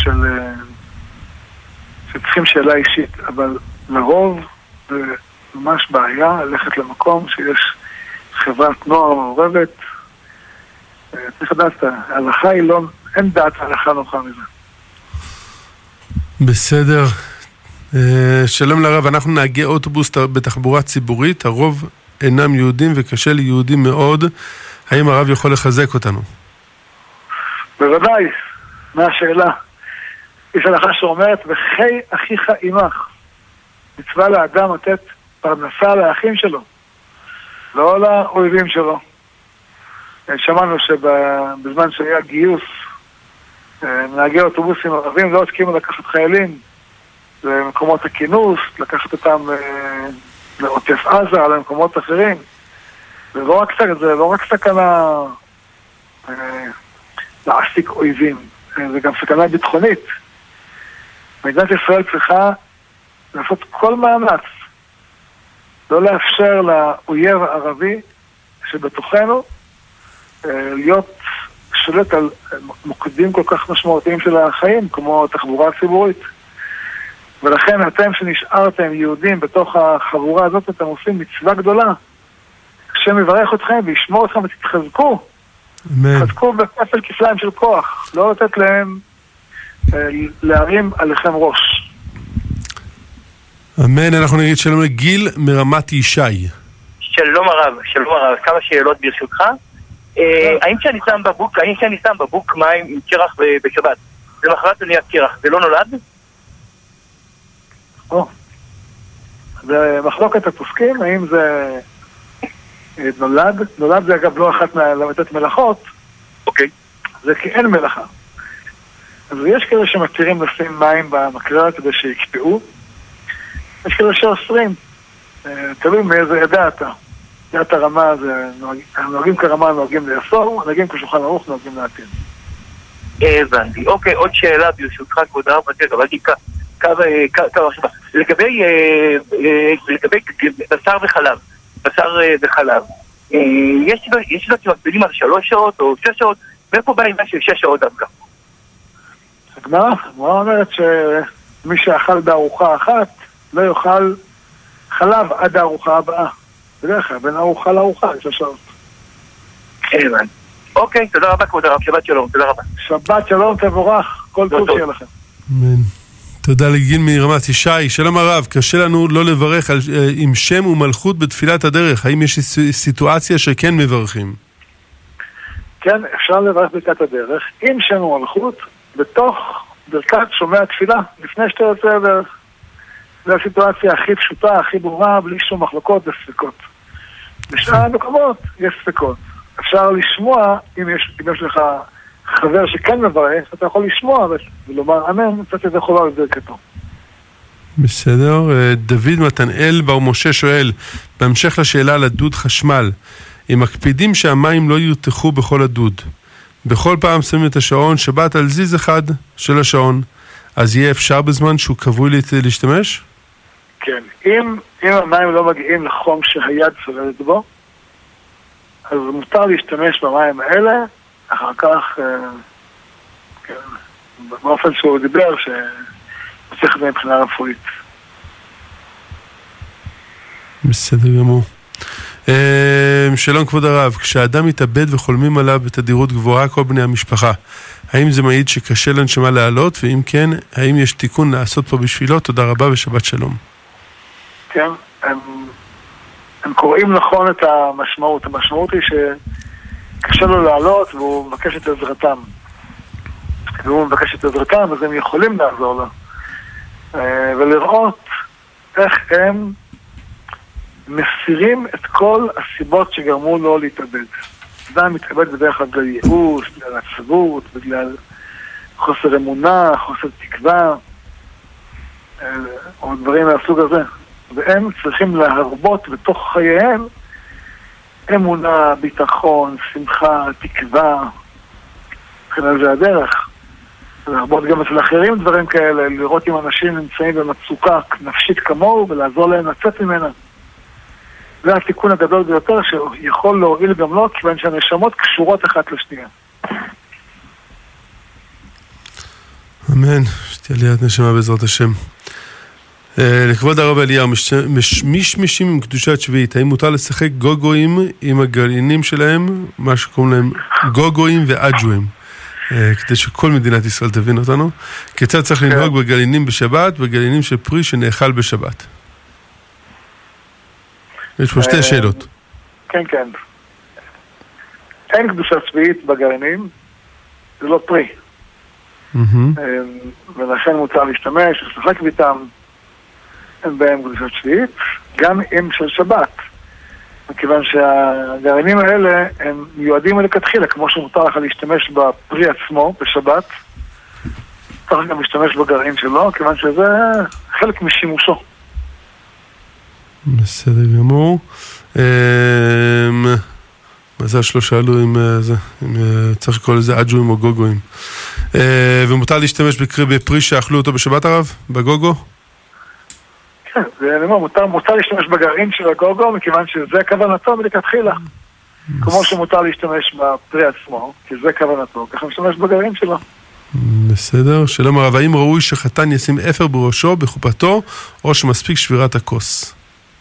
שצריכים שאלה אישית, אבל לרוב זה ממש בעיה ללכת למקום שיש חברת נוער מעורבת. צריך לדעת, ההלכה היא לא, אין דעת ההלכה נוחה מזה. בסדר. שלום לרב, אנחנו נהגי אוטובוס בתחבורה ציבורית, הרוב אינם יהודים וקשה ליהודים מאוד. האם הרב יכול לחזק אותנו? בוודאי, מה השאלה? יש הלכה שאומרת, וחי אחיך עמך. מצווה לאדם לתת פרנסה לאחים שלו, לא לאויבים שלו. שמענו שבזמן שהיה גיוס, נהגי אוטובוסים ערבים לא הסכימו לקחת חיילים למקומות הכינוס, לקחת אותם לעוטף עזה, למקומות אחרים. זה לא רק סכנה להעסיק אויבים, זה גם סכנה ביטחונית. מדינת ישראל צריכה לעשות כל מאמץ לא לאפשר לאויב הערבי שבתוכנו להיות שולט על מוקדים כל כך משמעותיים של החיים, כמו תחבורה ציבורית. ולכן אתם שנשארתם יהודים בתוך החבורה הזאת, אתם עושים מצווה גדולה. השם יברך אתכם וישמור אתכם ותתחזקו. תתחזקו בכפל כפליים של כוח. לא לתת להם להרים עליכם ראש. אמן. אנחנו נגיד שלום לגיל מרמת ישי. שלום הרב, כמה שאלות ברשותך. האם כשאני שם בבוק מים עם קרח בשבת, למחרת נהיה קרח, זה לא נולד? זה מחלוקת הפוסקים, האם זה נולד? נולד זה אגב לא אחת מהלמדת מלאכות. אוקיי. זה כי אין מלאכה. אז יש כאלה שמתירים לשים מים במקרר כדי שיקפאו. יש כאלה שאוסרים. תלוי מאיזה עדה אתה. עדת הרמה זה נוהגים כרמה נוהגים לאסור, נוהגים כשולחן ערוך נוהגים להתיר. הבנתי. אוקיי, עוד שאלה ברשותך כבוד הרב, לגבי בשר וחלב, יש לו שמקבילים על 3 שעות או 6 שעות, ואיפה בא העניין של 6 שעות דווקא? הגמרא אומרת שמי שאכל בארוחה אחת לא יאכל חלב עד הארוחה הבאה. בדרך כלל, בין ארוחה לארוחה, 6 שעות. אוקיי, תודה רבה כבוד הרב, שבת שלום, תודה רבה. שבת שלום, תבורך, כל טוב שיהיה לכם. אמן. תודה לגיל מרמת ישי. שלום הרב, קשה לנו לא לברך עם שם ומלכות בתפילת הדרך. האם יש סיטואציה שכן מברכים? כן, אפשר לברך בתפילת הדרך עם שם ומלכות בתוך ברכת שומע תפילה, לפני שאתה יוצא לדרך. זו הסיטואציה הכי פשוטה, הכי ברורה, בלי שום מחלוקות וספקות. בשאר המקומות יש ספקות. אפשר לשמוע, אם יש לך חבר שכן מברך, אתה יכול לשמוע ולומר אמן, קצת איזה חובה על ברכתו. בסדר. דוד מתנאל בר משה שואל, בהמשך לשאלה על הדוד חשמל, אם מקפידים שהמים לא ירתחו בכל הדוד, בכל פעם שמים את השעון שבת על זיז אחד של השעון, אז יהיה אפשר בזמן שהוא קבוי להשתמש? כן, אם המים לא מגיעים לחום שהיד צוללת בו, אז מותר להשתמש במים האלה, אחר כך, כן, באופן שהוא דיבר, שצריך את זה מבחינה רפואית. בסדר גמור. שלום כבוד הרב, כשאדם מתאבד וחולמים עליו בתדירות גבוהה כל בני המשפחה, האם זה מעיד שקשה לנשמה לעלות, ואם כן, האם יש תיקון לעשות פה בשבילו? תודה רבה ושבת שלום. כן, הם קוראים נכון את המשמעות. המשמעות היא שקשה לו לעלות והוא מבקש את עזרתם. והוא מבקש את עזרתם, אז הם יכולים לעזור לו. ולראות איך הם מסירים את כל הסיבות שגרמו לו להתאבד. אדם מתאבד בדרך כלל בגלל ייאוש, בגלל עצבות, בגלל חוסר אמונה, חוסר תקווה, או דברים מהסוג הזה. והם צריכים להרבות בתוך חייהם אמונה, ביטחון, שמחה, תקווה, וכן זה הדרך. להרבות גם אצל אחרים דברים כאלה, לראות אם אנשים נמצאים במצוקה נפשית כמוהו ולעזור להם לצאת ממנה. זה התיקון הגדול ביותר שיכול להוביל גם לו, כיוון שהנשמות קשורות אחת לשנייה. אמן, שתהיה ליד נשמה בעזרת השם. לכבוד הרב אליהו, משמשים עם קדושת שביעית, האם מותר לשחק גוגויים עם הגרעינים שלהם, מה שקוראים להם גוגויים ואג'ויים, כדי שכל מדינת ישראל תבין אותנו? כיצד צריך לנהוג בגרעינים בשבת, בגרעינים של פרי שנאכל בשבת? יש פה שתי שאלות. כן, כן. אין קדושת שביעית בגרעינים, זה לא פרי. ולכן מותר להשתמש, לשחק ביתם, אין בהם קדושת שביעית, גם עם של שבת. מכיוון שהגרעינים האלה הם מיועדים לכתחילה, כמו שמותר לך להשתמש בפרי עצמו בשבת, צריך גם להשתמש בגרעין שלו, כיוון שזה חלק משימושו. בסדר גמור. מזל שלא שאלו אם צריך לקרוא לזה אג'ויים או גוגויים. ומותר להשתמש בפרי שאכלו אותו בשבת הרב? בגוגו? כן, אני אומר, מותר להשתמש בגרעין של הגוגו, מכיוון שזה כוונתו מלכתחילה. כמו שמותר להשתמש בפרי עצמו, כי זה כוונתו, ככה משתמש בגרעין שלו. בסדר. שלום הרב, האם ראוי שחתן ישים אפר בראשו, בחופתו, או שמספיק שבירת הכוס?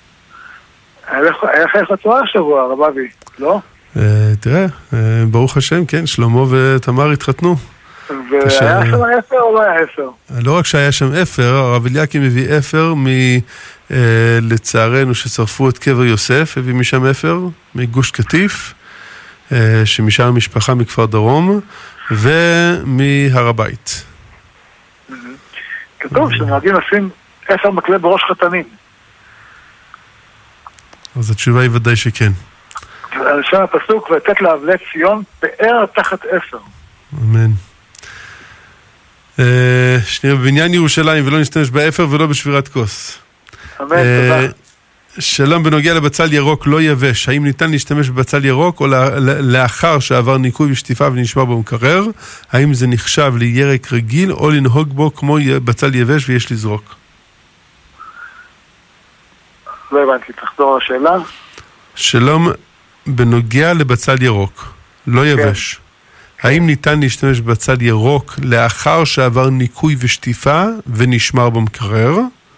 היה חייך לצורה השבוע, הרב אבי, לא? תראה, ברוך השם, כן, שלמה ותמר התחתנו. והיה שם אפר או לא היה אפר? לא רק שהיה שם אפר, הרב אליקים הביא אפר לצערנו ששרפו את קבר יוסף, הביא משם אפר, מגוש קטיף, שמשם המשפחה מכפר דרום, ומהר הבית. כתוב שנהגים לשים אפר מקלה בראש חתנים. אז התשובה היא ודאי שכן. שם הפסוק, ותת לאבלי ציון פאר תחת אפר. אמן. שנייה, בבניין ירושלים ולא נשתמש באפר ולא בשבירת כוס. אמן, תודה. שלום, בנוגע לבצל ירוק לא יבש, האם ניתן להשתמש בבצל ירוק או לאחר שעבר ניקוי ושטיפה ונשמר במקרר? האם זה נחשב לירק רגיל או לנהוג בו כמו בצל יבש ויש לזרוק? לא הבנתי, תחזור לשאלה. שלום, בנוגע לבצל ירוק לא יבש, האם ניתן להשתמש בבצל ירוק לאחר שעבר ניקוי ושטיפה ונשמר במקרר?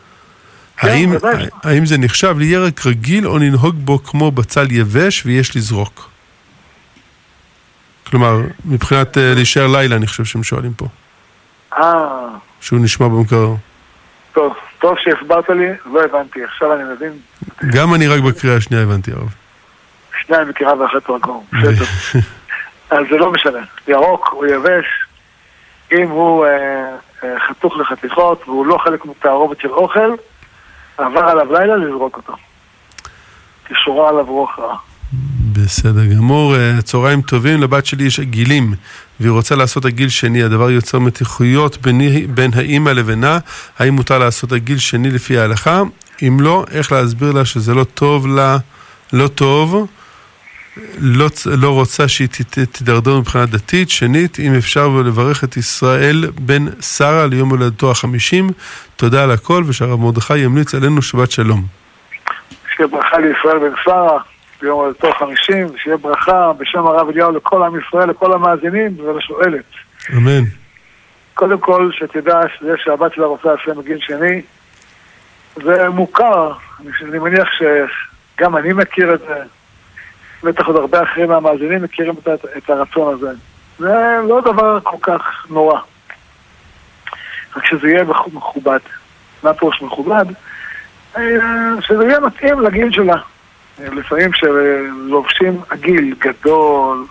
האם זה נחשב לירק רגיל או לנהוג בו כמו בצל יבש ויש לזרוק? כלומר, מבחינת להישאר לילה, אני חושב שהם שואלים פה. שהוא נשמע במקרר. טוב שהסברת לי, לא הבנתי, עכשיו אני מבין. גם אני רק בקריאה השנייה הבנתי, הרב. שניים בקריאה ואחת רגום. אז זה לא משנה. ירוק הוא יבש, אם הוא חתוך לחתיכות והוא לא חלק מתערובת של אוכל, עבר עליו לילה לזרוק אותו. תשורה עליו רוח רע. בסדר גמור. צהריים טובים, לבת שלי יש גילים והיא רוצה לעשות הגיל שני. הדבר יוצר מתיחויות בין האמא לבינה. האם מותר לעשות הגיל שני לפי ההלכה? אם לא, איך להסביר לה שזה לא טוב לה, לא טוב, לא רוצה שהיא תדרדר מבחינה דתית. שנית, אם אפשר לברך את ישראל בן שרה ליום הולדתו ה-50. תודה על הכל, ושהרב מרדכי ימליץ עלינו שבת שלום. שיהיה ברכה לישראל בן שרה ביום הולדתו ה-50, ושיהיה ברכה בשם הרב אליהו לכל עם ישראל, לכל המאזינים ולשואלת. אמן. קודם כל, שתדע שזה שהבת שלה רוצה לסיים בגיל שני, זה מוכר. אני מניח שגם אני מכיר את זה. בטח עוד הרבה אחרים מהמאזינים מכירים את הרצון הזה. זה לא דבר כל כך נורא. רק שזה יהיה מכובד. מה פירוש מכובד? שזה יהיה מתאים לגיל שלה. לפעמים שלובשים עגיל גדול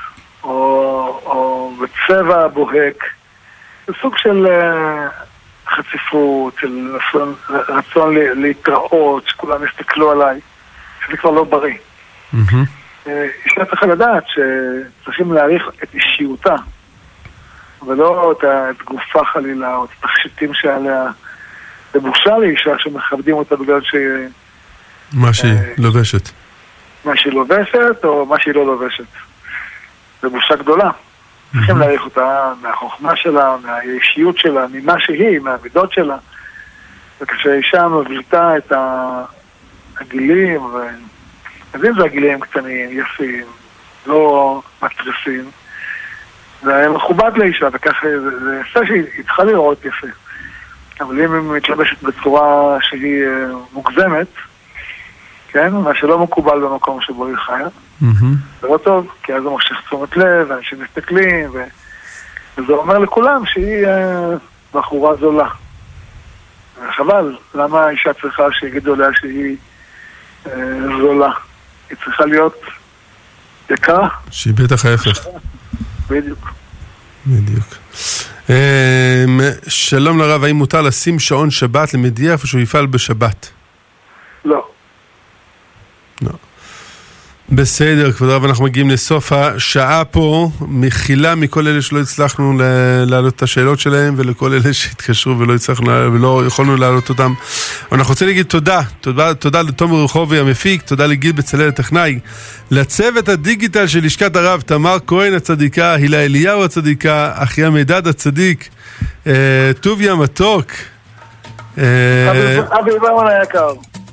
או בצבע בוהק, זה סוג של חציפות, של רצון להתראות, שכולם יסתכלו עליי, שזה כבר לא בריא. אישה צריכה לדעת שצריכים להעריך את אישיותה, ולא את גופה חלילה, או את התכשיטים שעליה. זה בושה לאישה שמכבדים אותה בגלל מה שהיא לובשת. מה שהיא לובשת או מה שהיא לא לובשת. זה בושה גדולה. צריכים להעריך אותה מהחוכמה שלה, מהאישיות שלה, ממה שהיא, מהמידות שלה. וכשהאישה מבליטה את הגילים, אז אם זה הגילים קטנים, יפים, לא מטרפים, זה מכובד לאישה, וככה זה יפה שהיא צריכה לראות יפה. אבל אם היא מתלבשת בצורה שהיא מוגזמת, כן? מה שלא מקובל במקום שבו היא חיה, זה לא טוב, כי אז זה מושך תשומת לב, ואנשים מסתכלים, וזה אומר לכולם שהיא בחורה זולה. חבל, למה האישה צריכה שיגידו עליה שהיא זולה? היא צריכה להיות יקרה. שהיא בטח ההפך. בדיוק. בדיוק. שלום לרב, האם מותר לשים שעון שבת למדיח ושהוא יפעל בשבת? לא. לא. בסדר, כבוד הרב, אנחנו מגיעים לסוף השעה פה. מחילה מכל אלה שלא הצלחנו להעלות את השאלות שלהם, ולכל אלה שהתקשרו ולא יכולנו להעלות אותם. אבל אנחנו רוצים להגיד תודה לתומר רחובי המפיק, תודה לגיל בצלאל הטכנאי, לצוות הדיגיטל של לשכת הרב, תמר כהן הצדיקה, הילה אליהו הצדיקה, אחיה מידד הצדיק, טוביה מתוק, אבי ברמן היקר.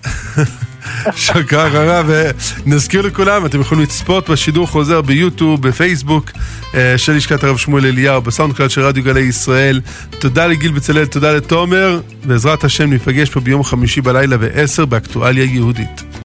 שקר הרב, ונזכיר לכולם, אתם יכולים לצפות בשידור חוזר ביוטיוב, בפייסבוק של לשכת הרב שמואל אליהו, בסאונד קלאוד של רדיו גלי ישראל. תודה לגיל בצלאל, תודה לתומר, בעזרת השם ניפגש פה ביום חמישי בלילה ב-10 באקטואליה יהודית.